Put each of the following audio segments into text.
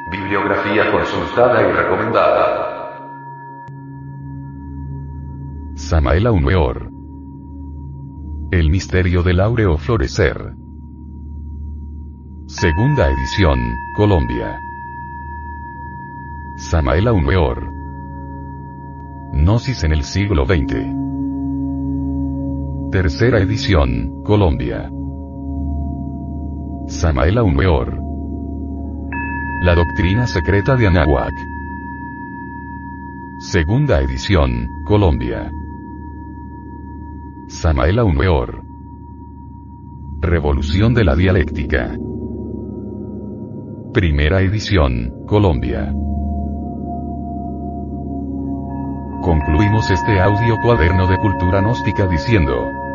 Bibliografía consultada y recomendada. Samael Aun Weor. El misterio del áureo florecer. Segunda edición, Colombia. Samael Aun Weor. Gnosis en el siglo XX. Tercera edición, Colombia. Samael Aun Weor. La doctrina secreta de Anáhuac. Segunda edición, Colombia. Samael Aun Weor. Revolución de la dialéctica. Primera edición, Colombia. Concluimos este audio cuaderno de cultura gnóstica diciendo: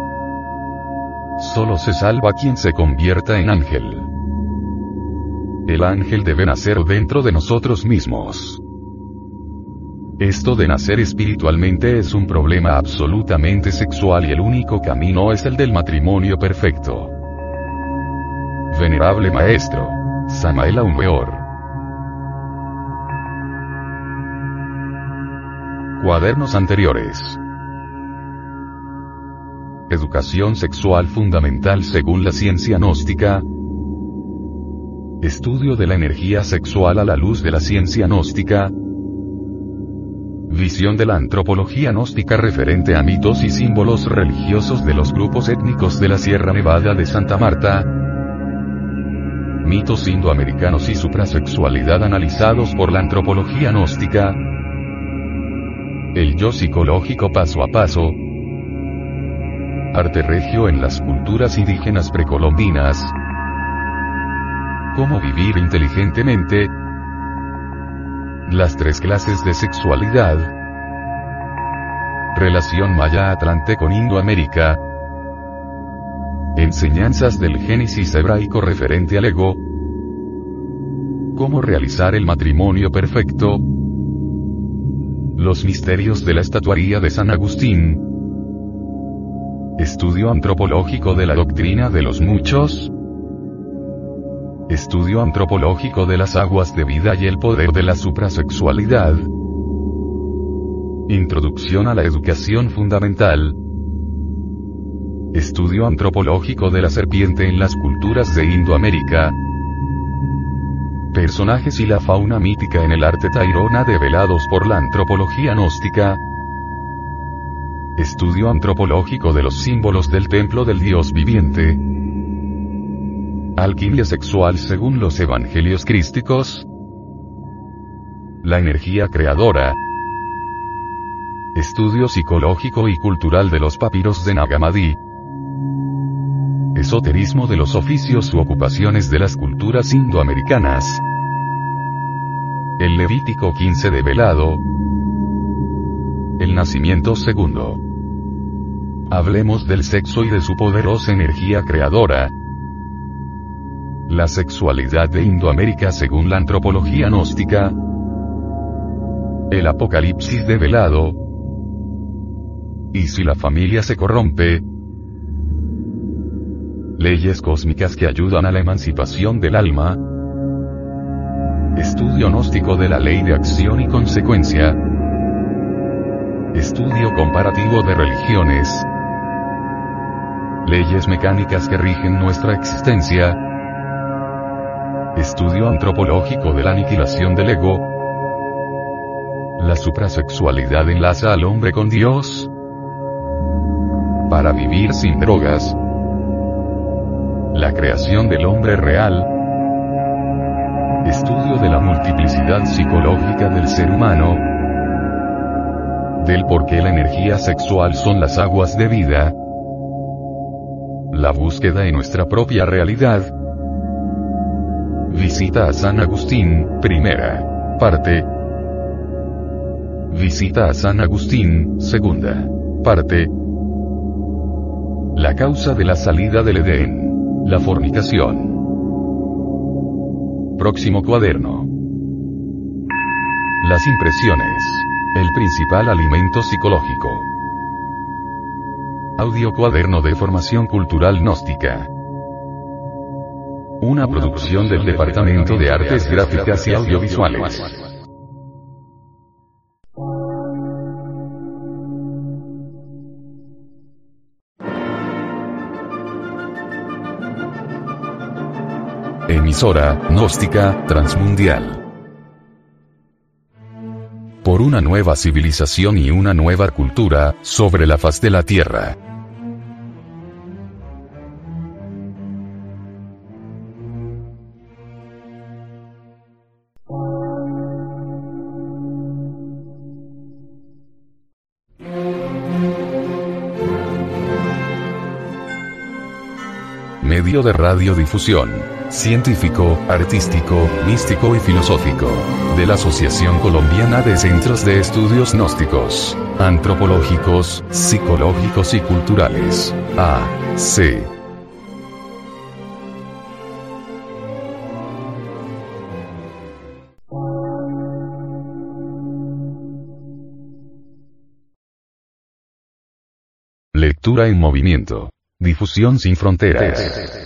solo se salva quien se convierta en ángel. El ángel debe nacer dentro de nosotros mismos. Esto de nacer espiritualmente es un problema absolutamente sexual y el único camino es el del matrimonio perfecto. Venerable Maestro Samael Aun Weor. Cuadernos anteriores. Educación sexual fundamental según la ciencia gnóstica. Estudio de la energía sexual a la luz de la ciencia gnóstica. Visión de la antropología gnóstica referente a mitos y símbolos religiosos de los grupos étnicos de la Sierra Nevada de Santa Marta. Mitos indoamericanos y suprasexualidad analizados por la antropología gnóstica. El yo psicológico paso a paso. Arte regio en las culturas indígenas precolombinas. Cómo vivir inteligentemente. Las tres clases de sexualidad. Relación maya-atlante con Indoamérica. Enseñanzas del Génesis hebraico referente al ego. Cómo realizar el matrimonio perfecto. Los misterios de la estatuaría de San Agustín. Estudio antropológico de la doctrina de los muchos. Estudio antropológico de las aguas de vida y el poder de la suprasexualidad. Introducción a la educación fundamental. Estudio antropológico de la serpiente en las culturas de Indoamérica. Personajes y la fauna mítica en el arte tairona develados por la antropología gnóstica. Estudio antropológico de los símbolos del templo del Dios viviente. Alquimia sexual según los evangelios crísticos. La energía creadora. Estudio psicológico y cultural de los papiros de Nag Hammadi. Esoterismo de los oficios u ocupaciones de las culturas indoamericanas. El Levítico 15 develado. El nacimiento segundo. Hablemos del sexo y de su poderosa energía creadora. La sexualidad de Indoamérica según la antropología gnóstica. El apocalipsis develado. ¿Y si la familia se corrompe? Leyes cósmicas que ayudan a la emancipación del alma. Estudio gnóstico de la ley de acción y consecuencia. Estudio comparativo de religiones. Leyes mecánicas que rigen nuestra existencia. Estudio antropológico de la aniquilación del ego. La suprasexualidad enlaza al hombre con Dios. Para vivir sin drogas. La creación del hombre real. Estudio de la multiplicidad psicológica del ser humano. Del por qué la energía sexual son las aguas de vida. La búsqueda de nuestra propia realidad. Visita a San Agustín, primera parte. Visita a San Agustín, segunda parte. La causa de la salida del Edén. La fornicación. Próximo cuaderno. Las impresiones. El principal alimento psicológico. Audio cuaderno de formación cultural gnóstica. Una producción del Departamento de Artes Gráficas y Audiovisuales. Emisora gnóstica transmundial. Por una nueva civilización y una nueva cultura sobre la faz de la Tierra. Medio de radiodifusión, científico, artístico, místico y filosófico, de la Asociación Colombiana de Centros de Estudios Gnósticos, Antropológicos, Psicológicos y Culturales, AC. Lectura en movimiento. Difusión sin fronteras.